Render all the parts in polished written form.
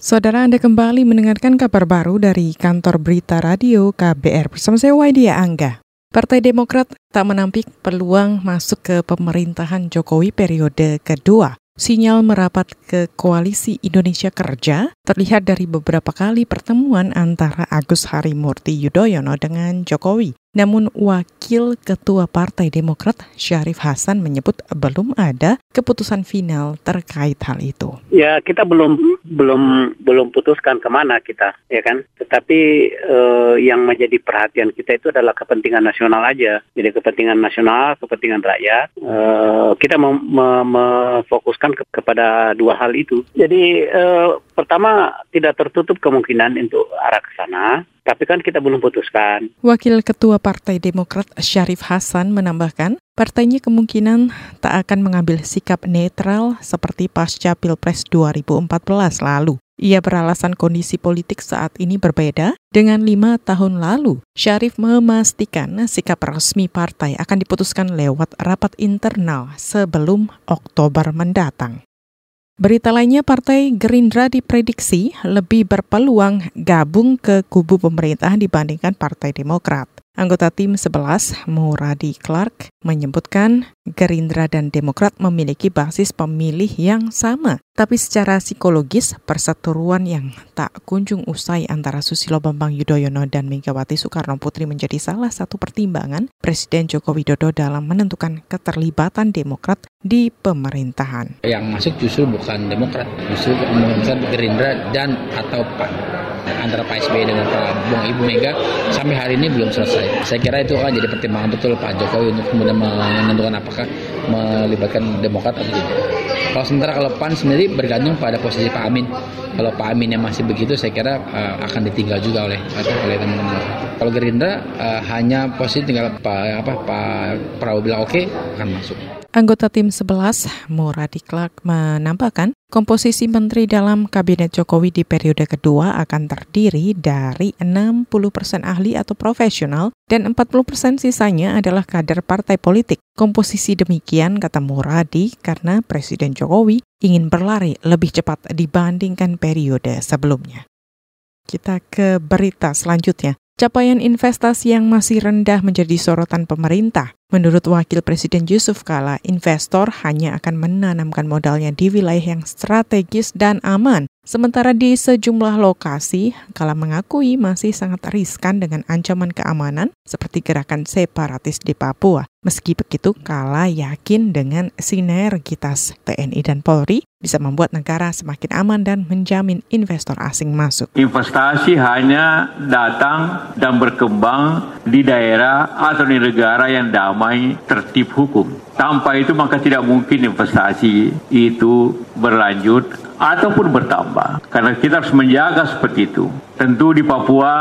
Saudara, Anda kembali mendengarkan kabar baru dari kantor berita radio KBR bersama saya Waidia Angga. Partai Demokrat tak menampik peluang masuk ke pemerintahan Jokowi periode kedua. Sinyal merapat ke Koalisi Indonesia Kerja terlihat dari beberapa kali pertemuan antara Agus Harimurti Yudhoyono dengan Jokowi. Namun Wakil Ketua Partai Demokrat Syarif Hasan menyebut belum ada keputusan final terkait hal itu. Ya, kita belum putuskan kemana kita, ya kan. Tetapi yang menjadi perhatian kita itu adalah kepentingan nasional aja. Jadi kepentingan nasional, kepentingan rakyat. Kita memfokuskan kepada dua hal itu. Jadi pertama, tidak tertutup kemungkinan untuk arah ke sana. Tapi kan kita belum putuskan. Wakil Ketua Partai Demokrat Syarif Hasan menambahkan, partainya kemungkinan tak akan mengambil sikap netral seperti pasca Pilpres 2014 lalu. Ia beralasan kondisi politik saat ini berbeda dengan 5 tahun lalu. Syarif memastikan sikap resmi partai akan diputuskan lewat rapat internal sebelum Oktober mendatang. Berita lainnya, Partai Gerindra diprediksi lebih berpeluang gabung ke kubu pemerintahan dibandingkan Partai Demokrat. Anggota tim 11, Muradi Clark, menyebutkan Gerindra dan Demokrat memiliki basis pemilih yang sama. Tapi secara psikologis, perseteruan yang tak kunjung usai antara Susilo Bambang Yudhoyono dan Megawati Soekarno Putri menjadi salah satu pertimbangan Presiden Joko Widodo dalam menentukan keterlibatan Demokrat di pemerintahan. Yang masuk justru bukan Demokrat, justru bukan Gerindra dan atau PAN. Antara Pak SBY dengan Pak Bung Ibu Mega sampai hari ini belum selesai. Saya kira itu akan jadi pertimbangan betul Pak Jokowi untuk kemudian menentukan apakah melibatkan Demokrat atau tidak. Kalau PAN sendiri bergantung pada posisi Pak Amin. Kalau Pak Amin yang masih begitu, saya kira akan ditinggal juga oleh teman-teman. Kalau Gerindra hanya posisi tinggal Pak Prabowo bilang oke, akan masuk. Anggota tim 11, Muradi Clark, menambahkan komposisi menteri dalam Kabinet Jokowi di periode kedua akan terdiri dari 60% ahli atau profesional dan 40% sisanya adalah kader partai politik. Komposisi demikian, kata Muradi, karena Presiden Jokowi ingin berlari lebih cepat dibandingkan periode sebelumnya. Kita ke berita selanjutnya. Capaian investasi yang masih rendah menjadi sorotan pemerintah. Menurut Wakil Presiden Yusuf Kala, investor hanya akan menanamkan modalnya di wilayah yang strategis dan aman. Sementara di sejumlah lokasi, Kala mengakui masih sangat riskan dengan ancaman keamanan seperti gerakan separatis di Papua. Meski begitu, Kala yakin dengan sinergitas TNI dan Polri bisa membuat negara semakin aman dan menjamin investor asing masuk. Investasi hanya datang dan berkembang di daerah atau di negara yang damai, tertib hukum. Tanpa itu maka tidak mungkin investasi itu berlanjut ataupun bertambah. Karena kita harus menjaga seperti itu. Tentu di Papua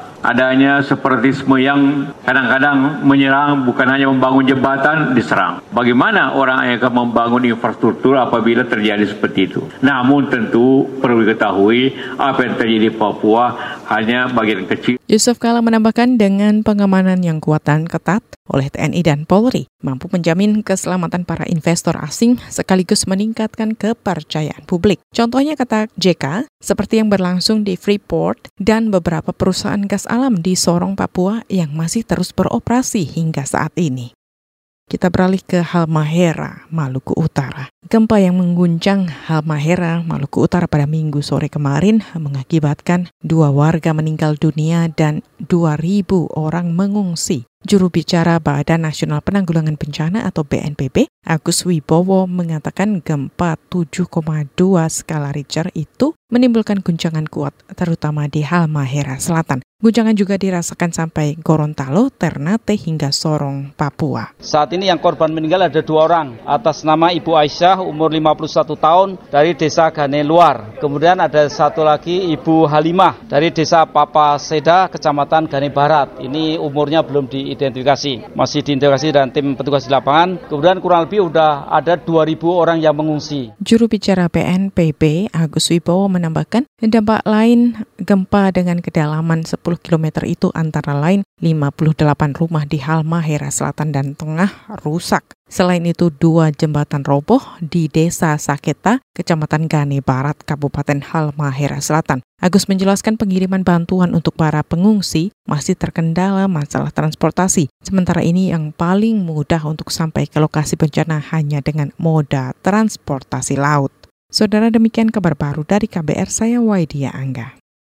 adanya separatisme yang kadang-kadang menyerang, bukan hanya membangun jembatan, diserang. Bagaimana orang akan membangun infrastruktur apabila terjadi seperti itu? Namun tentu perlu diketahui apa yang terjadi di Papua hanya bagian kecil. Yusuf Kala menambahkan dengan pengamanan yang kuat dan ketat oleh TNI dan Polri mampu menjamin keselamatan para investor asing sekaligus meningkatkan kepercayaan publik. Contohnya, kata JK, seperti yang berlangsung di Freeport dan beberapa perusahaan gas alam di Sorong, Papua yang masih terus beroperasi hingga saat ini. Kita beralih ke Halmahera, Maluku Utara. Gempa yang mengguncang Halmahera, Maluku Utara pada Minggu sore kemarin mengakibatkan 2 warga meninggal dunia dan 2.000 orang mengungsi. Juru bicara Badan Nasional Penanggulangan Bencana atau BNPB, Agus Wibowo, mengatakan gempa 7,2 skala Richter itu menimbulkan guncangan kuat, terutama di Halmahera Selatan. Guncangan juga dirasakan sampai Gorontalo, Ternate, hingga Sorong, Papua. Saat ini yang korban meninggal ada 2 orang, atas nama Ibu Aisyah, umur 51 tahun, dari desa Gane Luar. Kemudian ada satu lagi Ibu Halimah, dari desa Papa Seda, Kecamatan Gane Barat. Ini umurnya belum diidentifikasi. diidentifikasi. Masih diidentifikasi dan tim petugas di lapangan. Kemudian kurang lebih udah ada 2.000 orang yang mengungsi. Juru bicara BNPB, Agus Wibowo, menambahkan dampak lain gempa dengan kedalaman 10 km itu antara lain 58 rumah di Halmahera Selatan dan Tengah rusak. Selain itu, 2 jembatan roboh di Desa Saketa, Kecamatan Gane Barat, Kabupaten Halmahera Selatan. Agus menjelaskan pengiriman bantuan untuk para pengungsi masih terkendala masalah transportasi. Sementara ini yang paling mudah untuk sampai ke lokasi bencana hanya dengan moda transportasi laut. Saudara, demikian kabar baru dari KBR, saya Waidia Angga.